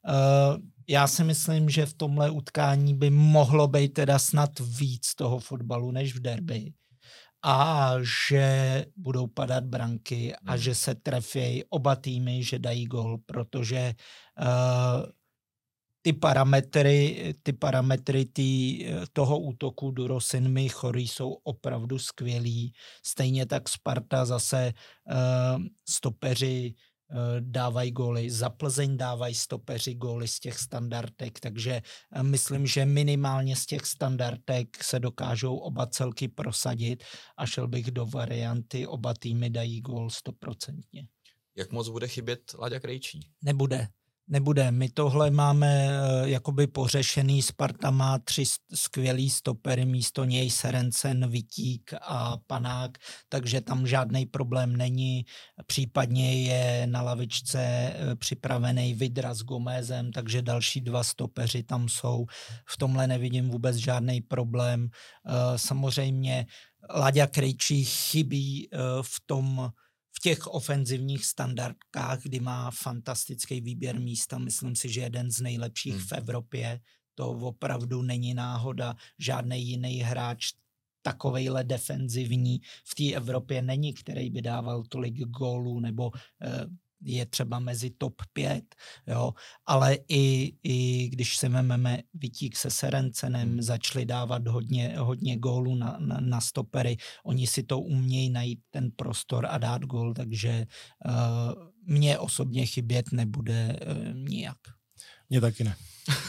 Já si myslím, že v tomhle utkání by mohlo být teda snad víc toho fotbalu než v derby. A že budou padat branky a hmm. že se trefějí oba týmy, že dají gól, protože uh, ty parametry, ty parametry tý, toho útoku Durosinmi Chorý jsou opravdu skvělý. Stejně tak Sparta zase uh, stopeři dávají góly, za Plzeň dávají stopeři góly z těch standardek, takže myslím, že minimálně z těch standardek se dokážou oba celky prosadit a šel bych do varianty, oba týmy dají gól stoprocentně. Jak moc bude chybět Láďa Krejčí? Nebude. Nebude. My tohle máme uh, jakoby pořešený. Sparta má tři skvělý stopery, místo něj Serencen, Vitík a Panák, takže tam žádný problém není. Případně je na lavičce uh, připravený Vidra s Gomezem, takže další dva stopeři tam jsou. V tomhle nevidím vůbec žádný problém. Uh, samozřejmě Láďa Krejčí chybí uh, v tom v těch ofenzivních standardkách, kdy má fantastický výběr místa, myslím si, že jeden z nejlepších hmm. v Evropě, to opravdu není náhoda, žádný jiný hráč takovejhle defenzivní v té Evropě není, který by dával tolik gólů nebo eh, je třeba mezi top pět, jo, ale i, i když se vezmeme Vítík se Serencenem, hmm. začali dávat hodně, hodně gólů na, na, na stopery, oni si to umějí najít ten prostor a dát gól, takže uh, mně osobně chybět nebude uh, nijak. Mně taky ne.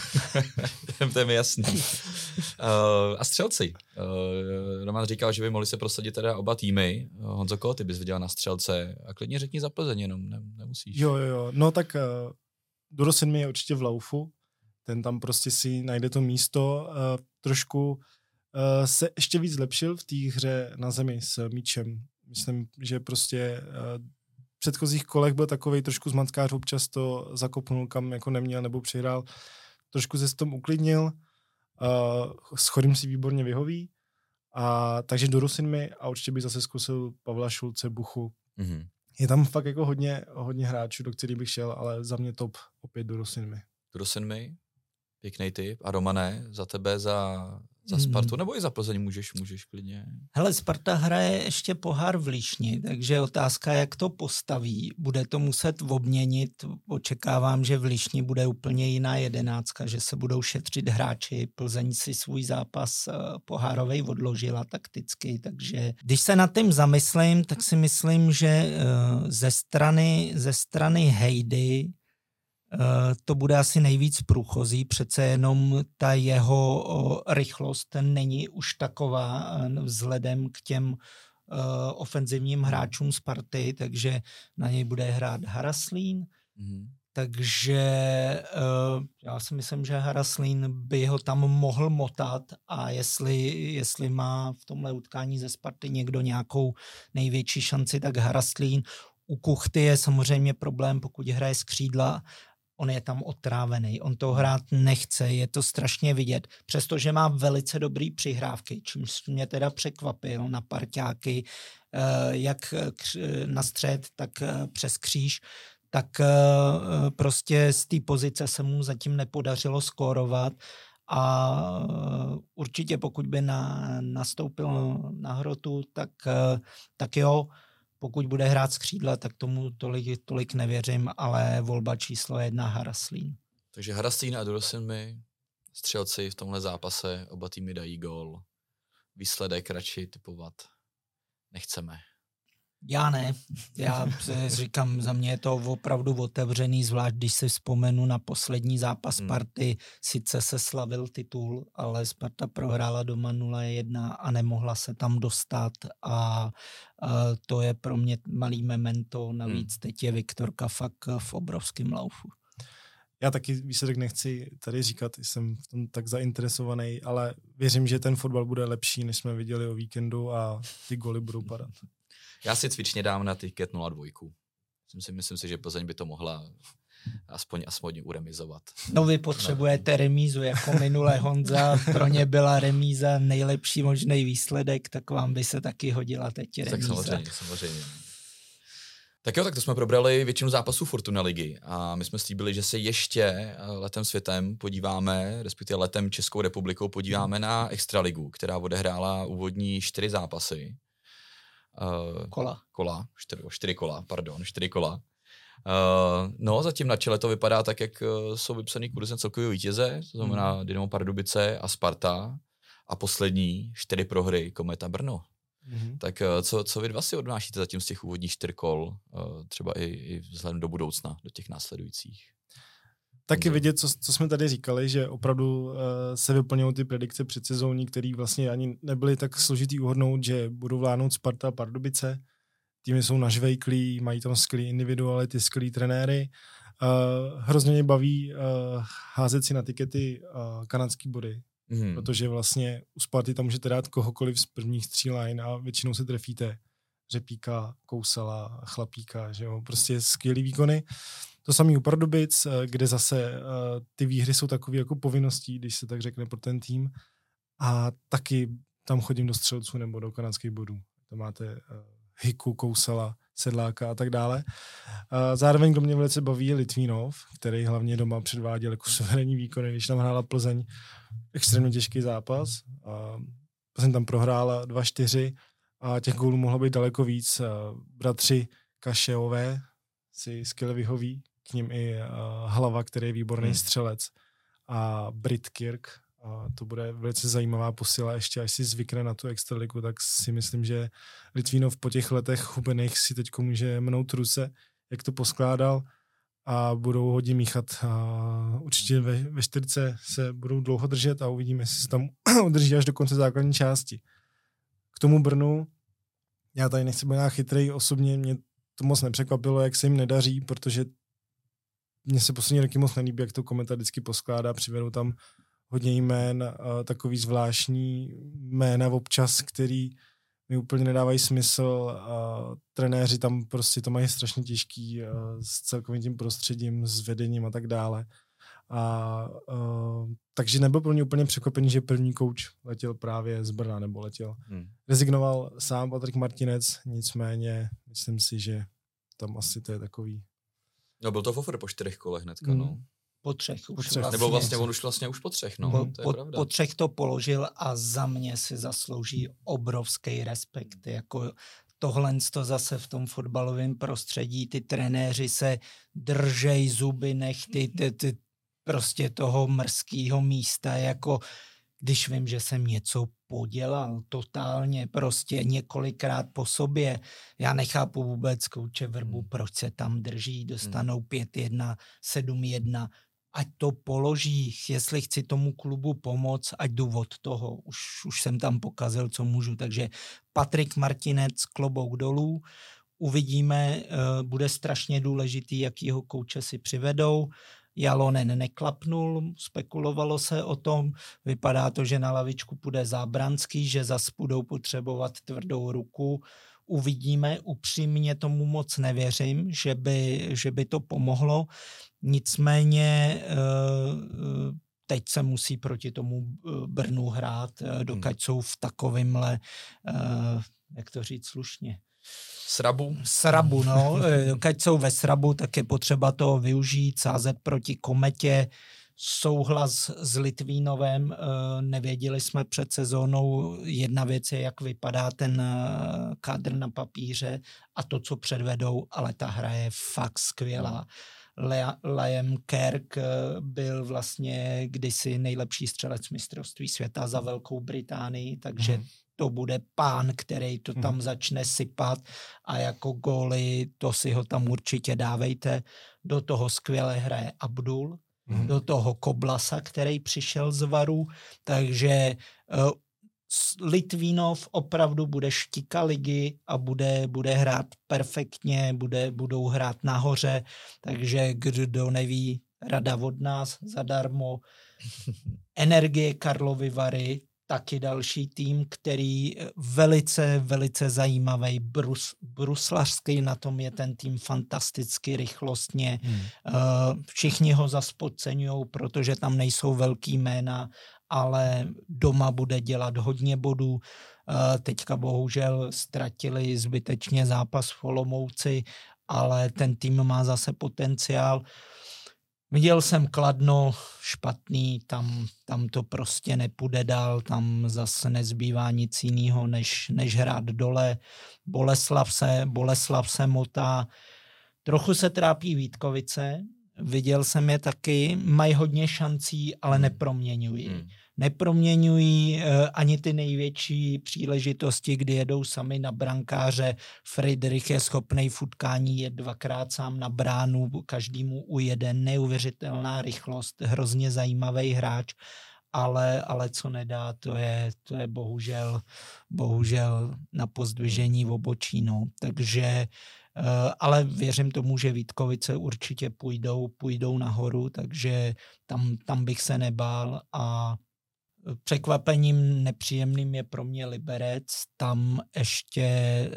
To je mi jasný. Uh, a střelci. Uh, Roman říkal, že by mohli se prosadit teda oba týmy. Uh, Honzo, koho ty bys viděl na střelce? A klidně řekni za Plzeň, jenom ne, nemusíš. Jo, jo, jo. No tak uh, Dorosin mi je určitě v laufu. Ten tam prostě si najde to místo. Uh, trošku uh, se ještě víc zlepšil v té hře na zemi s míčem. Myslím, že prostě uh, v předchozích kolech byl takovej trošku zmatkář, občas to zakopnul, kam jako neměl nebo přihrál. Trošku se s tom uklidnil, uh, s Chorým si výborně vyhoví, a takže Dorosin mi a určitě bych zase zkusil Pavla Šulce, Buchu. Mm-hmm. Je tam fakt jako hodně, hodně hráčů, do kterých bych šel, ale za mě top opět Dorosin mi. Dorosin mi, pěkný tip. A Romane, za tebe, za, za Spartu, mm. nebo i za Plzeň můžeš, můžeš klidně. Hele, Sparta hraje ještě pohár v Líšni, takže otázka, jak to postaví. Bude to muset obměnit. Očekávám, že v Líšni bude úplně jiná jedenáctka, že se budou šetřit hráči. Plzeň si svůj zápas pohárovej odložila takticky, takže když se nad tím zamyslím, tak si myslím, že ze strany, ze strany Hejdy to bude asi nejvíc průchozí, přece jenom ta jeho rychlost není už taková vzhledem k těm uh, ofenzivním hráčům Sparty, takže na něj bude hrát Haraslín, mm. takže uh, já si myslím, že Haraslín by ho tam mohl motat a jestli, jestli má v tomhle utkání ze Sparty někdo nějakou největší šanci, tak Haraslín. U Kuchty je samozřejmě problém, pokud hraje z křídla, on je tam otrávený, on to hrát nechce, je to strašně vidět, přestože má velice dobrý přihrávky, čímž mě teda překvapil na parťáky, jak na střed, tak přes kříž, tak prostě z té pozice se mu zatím nepodařilo skórovat a určitě pokud by na, nastoupil na hrotu, tak, tak jo, pokud bude hrát z křídla, tak tomu tolik, tolik nevěřím, ale volba číslo jedna Haraslín. Takže Haraslín a Dorosin mi, střelci v tomhle zápase, oba týmy dají gól. Výsledek radši typovat nechceme. Já ne. Já říkám, za mě je to opravdu otevřený, zvlášť když si vzpomenu na poslední zápas hmm. Sparty. Sice se slavil titul, ale Sparta prohrála doma nula jedna a nemohla se tam dostat a, a to je pro mě malý memento. Navíc hmm. teď je Viktorka fakt v obrovském laufu. Já taky výsledek nechci tady říkat, jsem v tom tak zainteresovaný, ale věřím, že ten fotbal bude lepší, než jsme viděli o víkendu a ty góly budou padat. Já si cvičně dám na tiket nula dva. Myslím si, myslím si, že Plzeň by to mohla aspoň, aspoň uremizovat. No vy potřebujete remízu, jako minule Honza, pro ně byla remíza nejlepší možný výsledek, tak vám by se taky hodila teď remíza. Tak samozřejmě, samozřejmě. Tak jo, tak to jsme probrali většinu zápasů Fortuna ligy a my jsme slíbili, že se ještě letem světem podíváme, respektive letem Českou republikou podíváme na Extraligu, která odehrála úvodní čtyři zápasy. Uh, kola. Kola, čtyři, čtyři kola, pardon, čtyři kola. Uh, no, zatím na čele to vypadá tak, jak jsou vypsaný kurzy celkového vítěze, to znamená hmm. Dynamo Pardubice a Sparta a poslední čtyři prohry Kometa Brno. Hmm. Tak co, co vy dva si odnášíte zatím z těch úvodních čtyř kol, uh, třeba i, i vzhledem do budoucna, do těch následujících? Taky vidět, co, co jsme tady říkali, že opravdu uh, se vyplňují ty predikce předsezónní, které vlastně ani nebyly tak složitý uhodnout, že budou vládnout Sparta a Pardubice. Týmy jsou nažvejklí, mají tam skvělý individuality, skvělý trenéry. Uh, hrozně mě baví uh, házet si na tikety uh, kanadský body, mm. protože vlastně u Sparty tam můžete dát kohokoliv z prvních tří line a většinou se trefíte. Řepíka, Kousala, Chlapíka, že jo, prostě skvělý výkony. To samé u Pardubic, kde zase uh, ty výhry jsou takové jako povinností, když se tak řekne pro ten tým. A taky tam chodím do střelců nebo do kanadských bodů. Tam máte uh, Hiku, Kousala, Sedláka a tak dále. Uh, zároveň, kdo mě velice baví, je Litvínov, který hlavně doma předváděl jako suverénní výkony, když tam hrála Plzeň. Extrémně těžký zápas. Uh, Plzeň tam prohrála dva čtyři a těch gólů mohlo být daleko víc. Bratři Kašeové si skvěle vyhoví, k ním i Hlava, který je výborný hmm. střelec, a Brit Kirk. A to bude velice zajímavá posila, ještě až si zvykne na tu extraligu, tak si myslím, že Litvínov po těch letech hubených si teď může mnout ruce, jak to poskládal, a budou hodně míchat. A určitě ve, ve čtyřce se budou dlouho držet a uvidíme, jestli se tam udrží až do konce základní části. K tomu Brnu, já tady nechci být nějak chytrej, osobně mě to moc nepřekvapilo, jak se jim nedaří, protože mně se poslední roky moc nelíbí, jak to komentář vždycky poskládá, přivedou tam hodně jmén, takový zvláštní jména občas, který mi úplně nedávají smysl. A trenéři tam prostě to mají strašně těžký s celkovým tím prostředím, s vedením a tak dále. A, a, takže nebyl pro mě úplně překvapený, že první kouč letěl právě z Brna, nebo letěl. Hmm. Rezignoval sám Patrik Martinec, nicméně myslím si, že tam asi to je takový. No byl to Fofor po čtyřech kolech hnedka, hmm. no. Po třech. Po už třech. Vlastně. Nebo vlastně on už vlastně už po třech, no. Po, to je po, pravda. po třech to položil a za mě si zaslouží obrovský respekt. Jako tohle to zase v tom fotbalovém prostředí, ty trenéři se držej zuby, nechty, ty, ty, prostě toho mrzkého místa, jako když vím, že jsem něco podělal totálně, prostě několikrát po sobě. Já nechápu vůbec kouče Vrbu, proč se tam drží, dostanou pět jedna, sedm jedna, ať to položí, jestli chci tomu klubu pomoct, ať jdu od toho. Už, už jsem tam pokazil, co můžu. Takže Patrik Martinec, klobouk dolů, uvidíme, bude strašně důležitý, jakýho kouče si přivedou. Jalonen neklapnul, spekulovalo se o tom, vypadá to, že na lavičku půjde Zábranský, že zas budou potřebovat tvrdou ruku. Uvidíme, upřímně tomu moc nevěřím, že by, že by to pomohlo. Nicméně teď se musí proti tomu Brnu hrát, dokud jsou v takovémhle, jak to říct slušně, Srabu. Srabu, no. Keď jsou ve srabu, tak je potřeba to využít, sázet proti Kometě. Souhlas s Litvínovem, nevěděli jsme před sezónou, jedna věc je, jak vypadá ten kádr na papíře a to, co předvedou, ale ta hra je fakt skvělá. Liam Kirk byl vlastně kdysi nejlepší střelec mistrovství světa za Velkou Británii, takže mm. to bude pán, který to tam mm. začne sypat a jako góly, to si ho tam určitě dávejte. Do toho skvěle hraje Abdul, mm. do toho Koblasa, který přišel z Varu, takže uh, Litvínov opravdu bude štika ligy a bude, bude hrát perfektně, bude, budou hrát nahoře, takže kdo neví, rada od nás zadarmo. Energie Karlovy Vary, taky další tým, který velice, velice zajímavý, brus, bruslařský, na tom je ten tým fantasticky rychlostně. Hmm. Uh, všichni ho zas podceňujou, protože tam nejsou velký jména, ale doma bude dělat hodně bodů. Uh, teďka bohužel ztratili zbytečně zápas v Olomouci, ale ten tým má zase potenciál. Viděl jsem Kladno, špatný, tam, tam to prostě nepůjde dál, tam zase nezbývá nic jiného, než, než hrát dole. Boleslav se, Boleslav se motá, trochu se trápí Vítkovice, viděl jsem je taky, mají hodně šancí, ale neproměňují. Hmm. Neproměňují eh, ani ty největší příležitosti, kdy jedou sami na brankáře. Friedrich je schopnej v utkání jet dvakrát sám na bránu, každému ujede, neuvěřitelná rychlost, hrozně zajímavý hráč, ale, ale co nedá, to je, to je bohužel, bohužel na pozdvižení v obočí. No. Takže Uh, ale věřím tomu, že Vítkovice určitě půjdou, půjdou nahoru, takže tam, tam bych se nebál a překvapením nepříjemným je pro mě Liberec, tam ještě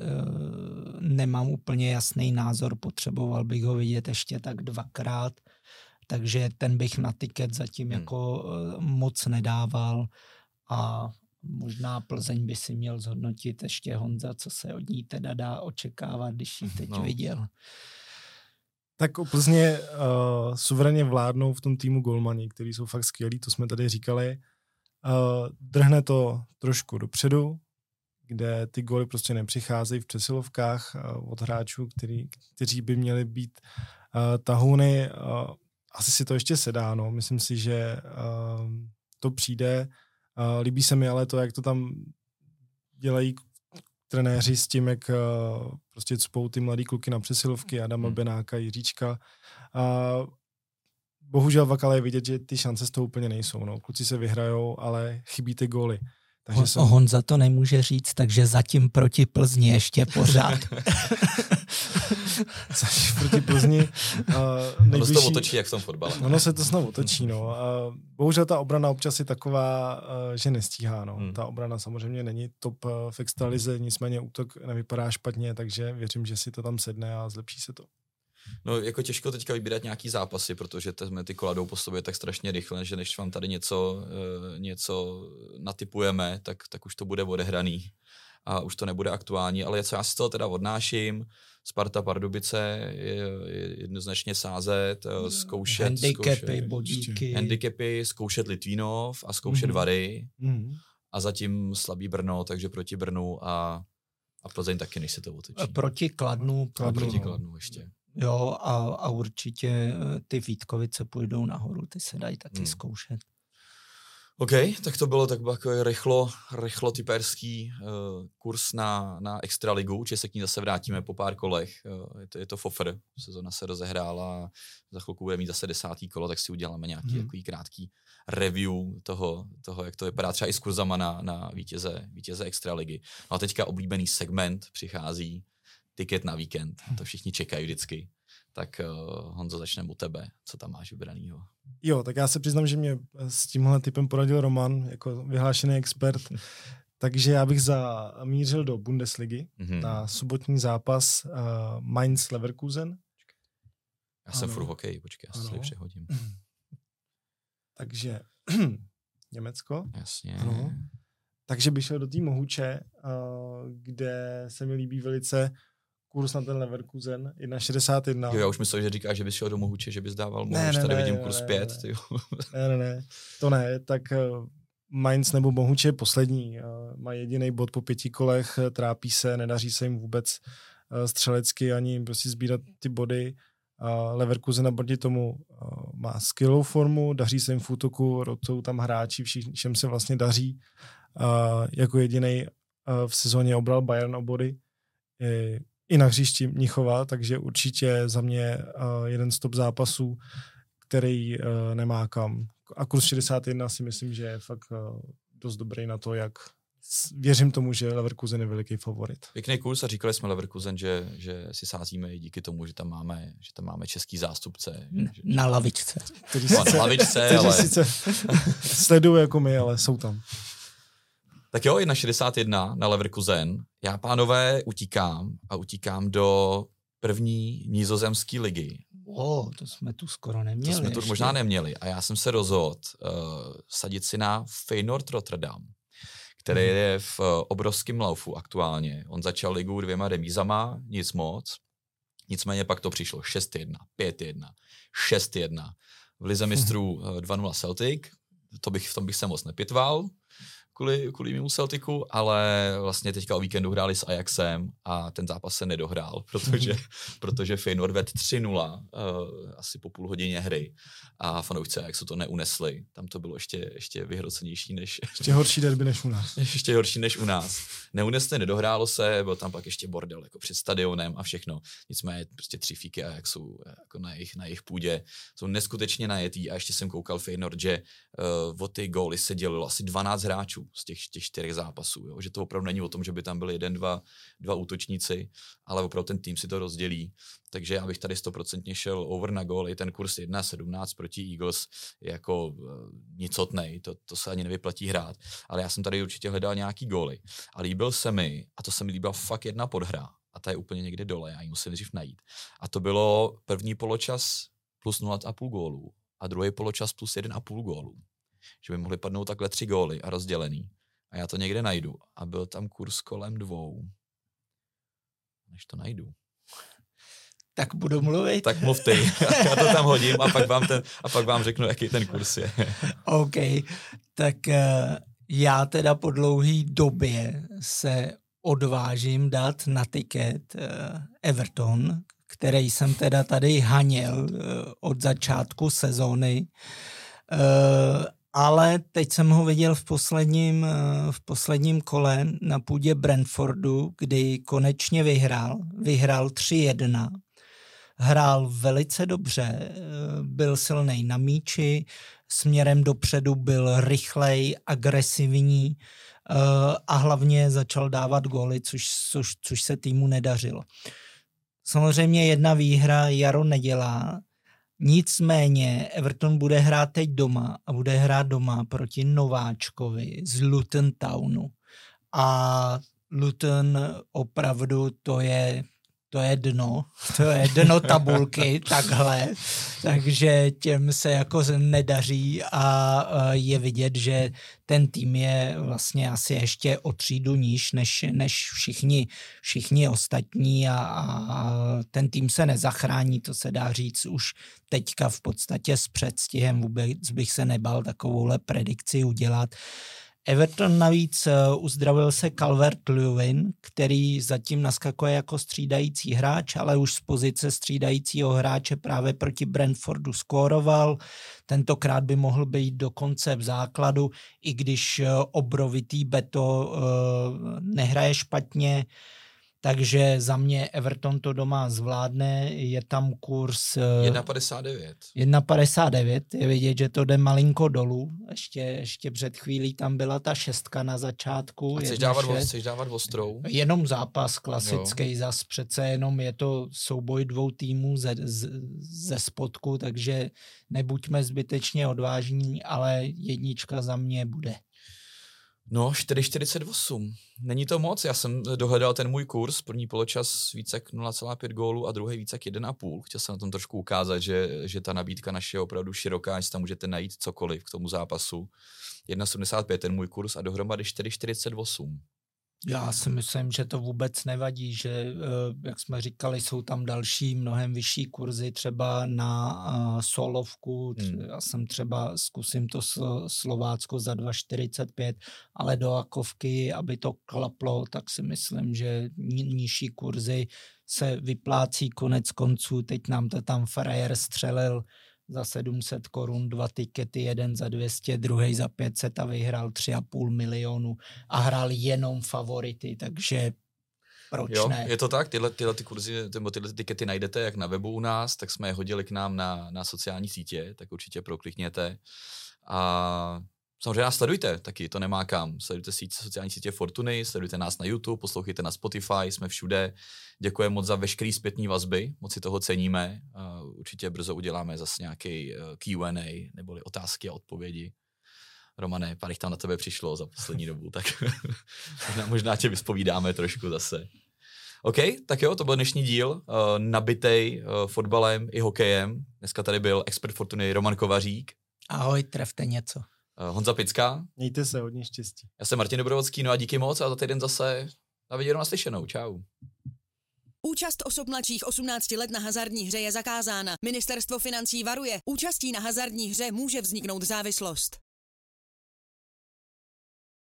uh, nemám úplně jasný názor, potřeboval bych ho vidět ještě tak dvakrát, takže ten bych na tiket zatím hmm. jako uh, moc nedával a možná Plzeň by si měl zhodnotit ještě Honza, co se od ní teda dá očekávat, když ji teď no. viděl. Tak o Plzně uh, suverénně vládnou v tom týmu golmani, který jsou fakt skvělí, to jsme tady říkali. drhne to trošku dopředu, kde ty góly prostě nepřicházejí v přesilovkách uh, od hráčů, který, kteří by měli být uh, tahouny. Uh, asi si to ještě sedá, no. Myslím si, že uh, to přijde. Uh, líbí se mi ale to, jak to tam dělají trenéři s tím, jak uh, prostě cpou ty mladý kluky na přesilovky, Adama hmm. Benáka, Jiříčka. Uh, bohužel Vakala je vidět, že ty šance z toho úplně nejsou. No. Kluci se vyhrajou, ale chybí ty góly. Takže o, jsem... Honza to nemůže říct, takže zatím proti Plzni ještě pořád. Zatím proti Plzni. Uh, nejbližší... Ono se to otočí, jak v tom fotbale. Ono se to znovu otočí. No. Uh, bohužel ta obrana občas je taková, uh, že nestíhá. No. Hmm. Ta obrana samozřejmě není top uh, v extralize, nicméně útok nevypadá špatně, takže věřím, že si to tam sedne a zlepší se to. No, jako těžko teďka vybírat nějaký zápasy, protože te, ty kola jdou po sobě tak strašně rychle, že než vám tady něco, uh, něco natypujeme, tak, tak už to bude odehraný a už to nebude aktuální, ale co já si z toho teda odnáším, Sparta Pardubice je, je jednoznačně sázet, uh, zkoušet... Handicapy, zkoušet, bodíky. Handicapy, zkoušet Litvínov a zkoušet mm-hmm. Vary mm-hmm. a zatím slabý Brno, takže proti Brnu a, a Plzeň taky, než se to otočí. A proti Kladnu. A proti Kladnu ještě. Jo, a, a určitě ty Vítkovice půjdou nahoru, ty se dají taky hmm. zkoušet. OK, tak to bylo tak jako rychlo, rychlo typerský uh, kurz na, na extraligu, či se k ní zase vrátíme po pár kolech. Uh, je to, je to fofr, sezona se rozehrála, za chvilku bude mít zase desátý kolo, tak si uděláme nějaký hmm. takový krátký review toho, toho, jak to vypadá třeba i s kurzama na, na vítěze, vítěze extraligy. No a teďka oblíbený segment přichází, tiket na víkend, to všichni čekají vždycky. Tak uh, Honzo, začneme u tebe. Co tam máš vybranýho? Jo, tak já se přiznám, že mě s tímhle typem poradil Roman, jako vyhlášený expert. Takže já bych zamířil do Bundesligy mm-hmm. na sobotní zápas uh, Mainz-Leverkusen. Já jsem furt hokej, počkej, já se si přehodím. Takže Německo. Jasně. Ano. Takže bych šel do té Mohuče, uh, kde se mi líbí velice kurz na ten Leverkusen, jedna šedesát jedna. Jo, já už myslel, že říkáš, že bys šel do Mohuče, že bys dával Mohuč, ne, ne, tady ne, vidím kurz ne, pět. Ne, ne, ne, ne, to ne, tak uh, Mainz nebo Mohuč je poslední. Uh, má jediný bod po pěti kolech, trápí se, nedaří se jim vůbec uh, střelecky ani jim prostě sbírat ty body. Uh, Leverkusen naproti tomu uh, má skvělou formu, daří se jim v útoku, jsou tam hráči, všem se vlastně daří. Uh, jako jediný uh, v sezóně obral Bayern o body. I, i na hřišti Mnichova, takže určitě za mě uh, jeden z top zápasů, který uh, nemá kam. A kurz šedesát jedna si myslím, že je fakt uh, dost dobrý na to, jak věřím tomu, že Leverkusen je veliký favorit. Pěkný kurz a říkali jsme Leverkusen, že, že si sázíme i díky tomu, že tam máme, že tam máme český zástupce. Že, že, na lavičce. Kteří sice, na lavičce, ale... sice sledují jako my, ale jsou tam. Tak jo, jedna šedesát jedna na Leverkusen. Já, pánové, utíkám a utíkám do první nizozemské ligy. O, to jsme tu skoro neměli. To jsme tu možná neměli. A já jsem se rozhodl uh, sadit si na Feyenoord Rotterdam, který hmm. je v uh, obrovském laufu aktuálně. On začal ligu dvěma remízama, nic moc. Nicméně pak to přišlo šest jedna, pět jedna, šest jedna. V lize mistrů uh, dva nula Celtic, to bych, v tom bych se moc nepětval. Kvůli, kvůli mému Celticu, ale vlastně teďka o víkendu hráli s Ajaxem a ten zápas se nedohrál, protože, protože Feyenoord vedl tři nula uh, asi po půl hodině hry a fanoušci Ajaxu to neunesli. Tam to bylo ještě, ještě vyhrocenější než... Ještě horší derby než u nás. Ještě horší než u nás. Neunesli, nedohrálo se, byl tam pak ještě bordel jako před stadionem a všechno. Nicméně prostě tři fíky Ajaxu jako na jejich, na jejich půdě jsou neskutečně najetý a ještě jsem koukal Feyenoord, že uh, o ty góly se dělilo asi dvanáct hráčů z těch, těch čtyřech zápasů, jo? Že to opravdu není o tom, že by tam byli jeden, dva, dva útočníci, ale opravdu ten tým si to rozdělí. Takže já bych tady stoprocentně šel over na gól, i ten kurz jedna sedmnáct proti Eagles je jako uh, nicotnej, to, to se ani nevyplatí hrát, ale já jsem tady určitě hledal nějaký góly a líbil se mi, a to se mi líbila fakt jedna podhra, a ta je úplně někde dole, já ji musím dřív najít, a to bylo první poločas plus nula celá pět gólů a druhý poločas plus jedna celá pět gólů. Že by mohly padnout takhle tři góly a rozdělený. A já to někde najdu. A byl tam kurz kolem dvou. Než to najdu. Tak budu mluvit. Tak mluv ty, já to tam hodím a pak vám, ten, a pak vám řeknu, jaký ten kurz je. OK, tak uh, já teda po dlouhé době se odvážím dát na tiket uh, Everton, který jsem teda tady haněl uh, od začátku sezóny. Uh, ale teď jsem ho viděl v posledním, uh, v posledním kole na půdě Brentfordu, kdy konečně vyhrál. Vyhrál tři jedna. Hrál velice dobře, byl silnej na míči, směrem dopředu byl rychlej, agresivní a hlavně začal dávat góly, což, což, což se týmu nedařilo. Samozřejmě jedna výhra jaro nedělá, nicméně Everton bude hrát teď doma a bude hrát doma proti nováčkovi z Luton Townu. A Luton opravdu to je... To je dno, to je dno tabulky, takhle, takže těm se jako nedaří a je vidět, že ten tým je vlastně asi ještě o třídu níž než, než všichni, všichni ostatní a, a ten tým se nezachrání, to se dá říct už teďka v podstatě s předstihem, vůbec bych se nebal takovouhle predikci udělat. Everton navíc uh, uzdravil se Calvert-Lewin, který zatím naskakuje jako střídající hráč, ale už z pozice střídajícího hráče právě proti Brentfordu skóroval. Tentokrát by mohl být dokonce v základu, i když uh, obrovitý Beto uh, nehraje špatně. Takže za mě Everton to doma zvládne, je tam kurz... jedna padesát devět. jedna padesát devět, je vidět, že to jde malinko dolů. Ještě, ještě před chvílí tam byla ta šestka na začátku. A chceš dávat, chceš dávat ostrou? Jenom zápas klasický, jo. Zas přece jenom je to souboj dvou týmů ze, z, ze spodku, takže nebuďme zbytečně odvážní, ale jednička za mě bude. No, čtyři čtyřicet osm. Není to moc, já jsem dohledal ten můj kurz, první poločas více jak nula celá pět gólů a druhý více jak jedna celá pět. Chtěl jsem na tom trošku ukázat, že, že ta nabídka naše je opravdu široká, že tam můžete najít cokoliv k tomu zápasu. jedna sedmdesát pět ten můj kurz a dohromady čtyři čtyřicet osm. Já si myslím, že to vůbec nevadí, že, jak jsme říkali, jsou tam další mnohem vyšší kurzy, třeba na solovku, hmm. já jsem třeba, zkusím to Slovácko za dva čtyřicet pět, ale do akovky, aby to klaplo, tak si myslím, že nižší kurzy se vyplácí konec konců, teď nám to tam frajer střelil za sedm set korun, dva tikety, jeden za dvě stě, druhý za pět set a vyhrál tři a půl milionu a hrál jenom favority, takže proč jo, ne? Je to tak, tyhle, tyhle ty kurzy, tyhle, tyhle tikety najdete jak na webu u nás, tak jsme je hodili k nám na, na sociální sítě, tak určitě proklikněte a samozřejmě nás sledujte taky, to nemá kam. Sledujte síť, sociální sítě Fortuny, sledujte nás na YouTube, poslouchejte na Spotify, jsme všude. Děkujeme moc za veškerý zpětný vazby, moc si toho ceníme. Uh, určitě brzo uděláme zase nějaký uh, Q and A, neboli otázky a odpovědi. Romane, pár jich tam na tebe přišlo za poslední dobu, tak možná, možná tě vyspovídáme trošku zase. OK, tak jo, to byl dnešní díl, uh, nabitej uh, fotbalem i hokejem. Dneska tady byl expert Fortuny Roman Kovařík. Ahoj, trefte něco. Honza Picka. Mějte se, hodně štěstí. Já jsem Martin Dobrovodský, no a díky moc a za týden zase na viděnou naslyšenou. Čau. Účast osob mladších osmnácti let na hazardní hře je zakázána. Ministerstvo financí varuje. Účastí na hazardní hře může vzniknout závislost.